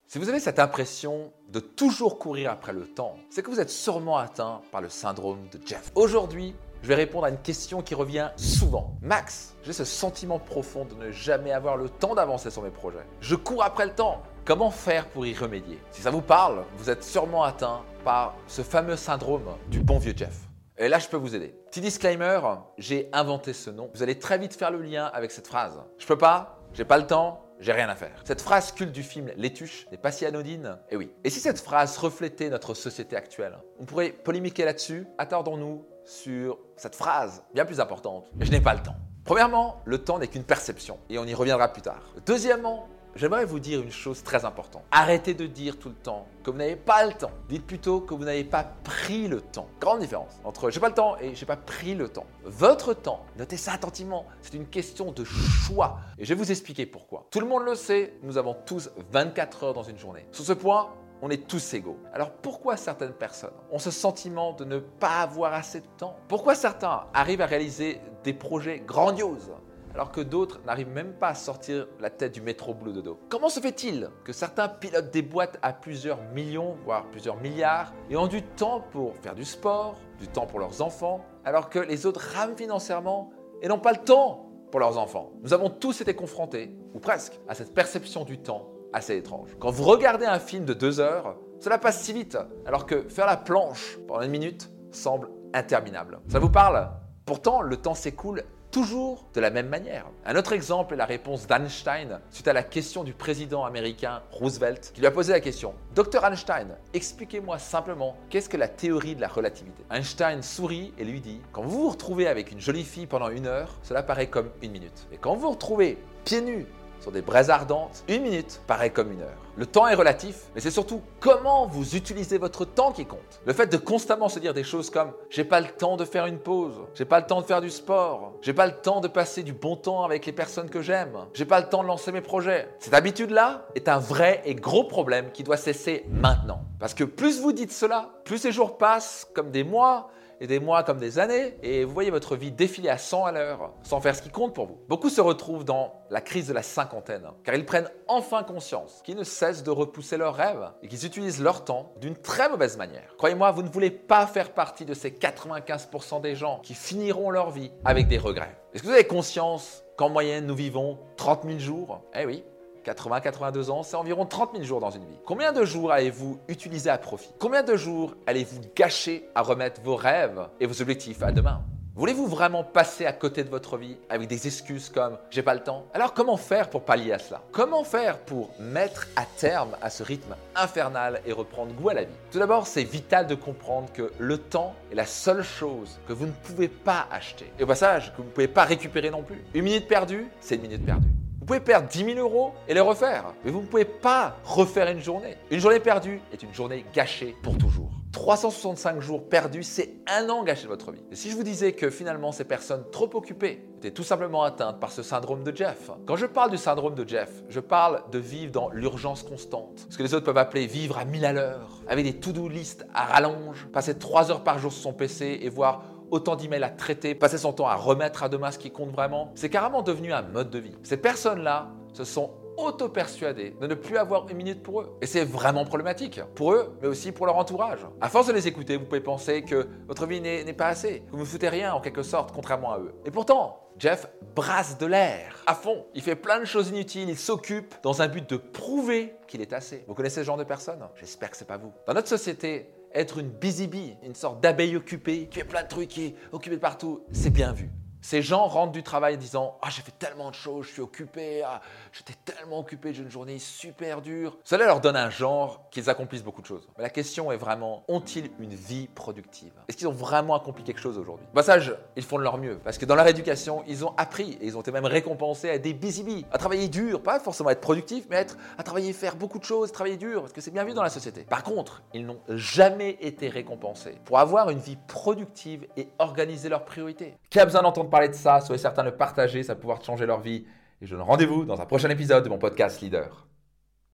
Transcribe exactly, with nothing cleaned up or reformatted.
Si vous avez cette impression de toujours courir après le temps, c'est que vous êtes sûrement atteint par le syndrome de Jeff. Aujourd'hui, je vais répondre à une question qui revient souvent. Max, j'ai ce sentiment profond de ne jamais avoir le temps d'avancer sur mes projets. Je cours après le temps. Comment faire pour y remédier? Si ça vous parle, vous êtes sûrement atteint par ce fameux syndrome du bon vieux Jeff. Et là, je peux vous aider. Petit disclaimer, j'ai inventé ce nom. Vous allez très vite faire le lien avec cette phrase. Je peux pas, j'ai pas le temps, j'ai rien à faire. Cette phrase culte du film Les Tuches n'est pas si anodine. Et oui. Et si cette phrase reflétait notre société actuelle? On pourrait polémiquer là-dessus. Attardons-nous sur cette phrase bien plus importante. Je n'ai pas le temps. Premièrement, le temps n'est qu'une perception et on y reviendra plus tard. Deuxièmement, j'aimerais vous dire une chose très importante. Arrêtez de dire tout le temps que vous n'avez pas le temps. Dites plutôt que vous n'avez pas pris le temps. Grande différence entre j'ai pas le temps et j'ai pas pris le temps. Votre temps, notez ça attentivement, c'est une question de choix. Et je vais vous expliquer pourquoi. Tout le monde le sait, nous avons tous vingt-quatre heures dans une journée. Sur ce point, on est tous égaux. Alors pourquoi certaines personnes ont ce sentiment de ne pas avoir assez de temps? Pourquoi certains arrivent à réaliser des projets grandioses alors que d'autres n'arrivent même pas à sortir la tête du métro boulot dodo? Comment se fait-il que certains pilotent des boîtes à plusieurs millions, voire plusieurs milliards, et ont du temps pour faire du sport, du temps pour leurs enfants, alors que les autres rament financièrement et n'ont pas le temps pour leurs enfants? Nous avons tous été confrontés, ou presque, à cette perception du temps assez étrange. Quand vous regardez un film de deux heures, cela passe si vite, alors que faire la planche pendant une minute semble interminable. Ça vous parle? Pourtant, le temps s'écoule toujours de la même manière. Un autre exemple est la réponse d'Einstein suite à la question du président américain Roosevelt qui lui a posé la question « Docteur Einstein, expliquez-moi simplement qu'est-ce que la théorie de la relativité ?» Einstein sourit et lui dit « Quand vous vous retrouvez avec une jolie fille pendant une heure, cela paraît comme une minute. Et quand vous vous retrouvez pieds nus sur des braises ardentes, une minute paraît comme une heure. Le temps est relatif, mais c'est surtout comment vous utilisez votre temps qui compte. Le fait de constamment se dire des choses comme « j'ai pas le temps de faire une pause, j'ai pas le temps de faire du sport, j'ai pas le temps de passer du bon temps avec les personnes que j'aime, j'ai pas le temps de lancer mes projets ». Cette habitude-là est un vrai et gros problème qui doit cesser maintenant. Parce que plus vous dites cela, plus ces jours passent comme des mois, et des mois comme des années, et vous voyez votre vie défiler à cent à l'heure, sans faire ce qui compte pour vous. Beaucoup se retrouvent dans la crise de la cinquantaine, car ils prennent enfin conscience qu'ils ne cessent de repousser leurs rêves et qu'ils utilisent leur temps d'une très mauvaise manière. Croyez-moi, vous ne voulez pas faire partie de ces quatre-vingt-quinze pour cent des gens qui finiront leur vie avec des regrets. Est-ce que vous avez conscience qu'en moyenne, nous vivons trente mille jours? Eh oui. quatre-vingts à quatre-vingt-deux ans, c'est environ trente mille jours dans une vie. Combien de jours allez-vous utiliser à profit? Combien de jours allez-vous gâcher à remettre vos rêves et vos objectifs à demain? Voulez-vous vraiment passer à côté de votre vie avec des excuses comme « j'ai pas le temps » ? Alors comment faire pour pallier à cela? Comment faire pour mettre à terme à ce rythme infernal et reprendre goût à la vie? Tout d'abord, c'est vital de comprendre que le temps est la seule chose que vous ne pouvez pas acheter. Et au passage, que vous ne pouvez pas récupérer non plus. Une minute perdue, c'est une minute perdue. Vous pouvez perdre dix mille euros et les refaire, mais vous ne pouvez pas refaire une journée. Une journée perdue est une journée gâchée pour toujours. trois cent soixante-cinq jours perdus, c'est un an gâché de votre vie. Et si je vous disais que finalement ces personnes trop occupées étaient tout simplement atteintes par ce syndrome de Jeff? Quand je parle du syndrome de Jeff, je parle de vivre dans l'urgence constante. Ce que les autres peuvent appeler vivre à mille à l'heure, avec des to-do list à rallonge, passer trois heures par jour sur son P C et voir autant d'emails à traiter, passer son temps à remettre à demain ce qui compte vraiment, c'est carrément devenu un mode de vie. Ces personnes-là se sont auto-persuadés de ne plus avoir une minute pour eux. Et c'est vraiment problématique, pour eux, mais aussi pour leur entourage. À force de les écouter, vous pouvez penser que votre vie n'est, n'est pas assez, que vous ne foutez rien en quelque sorte, contrairement à eux. Et pourtant, Jeff brasse de l'air à fond. Il fait plein de choses inutiles, il s'occupe dans un but de prouver qu'il est assez. Vous connaissez ce genre de personnes? J'espère que c'est pas vous. Dans notre société, être une busy bee, une sorte d'abeille occupée, qui fait plein de trucs, qui est occupée de partout, c'est bien vu. Ces gens rentrent du travail disant « Ah, j'ai fait tellement de choses, je suis occupé, ah, j'étais tellement occupé, j'ai une journée super dure. » Cela leur donne un genre qu'ils accomplissent beaucoup de choses. Mais la question est vraiment, ont-ils une vie productive? Est-ce qu'ils ont vraiment accompli quelque chose aujourd'hui? Au passage, ils font de leur mieux. Parce que dans leur éducation, ils ont appris et ils ont été même récompensés à être des busy bees, à travailler dur, pas forcément être productif, mais être, à travailler, faire beaucoup de choses, travailler dur, parce que c'est bien vu dans la société. Par contre, ils n'ont jamais été récompensés pour avoir une vie productive et organiser leurs priorités. Qui a besoin d'entendre parler de ça? Soyez certain de le partager, ça va pouvoir changer leur vie. Et je vous donne rendez-vous dans un prochain épisode de mon podcast Leader.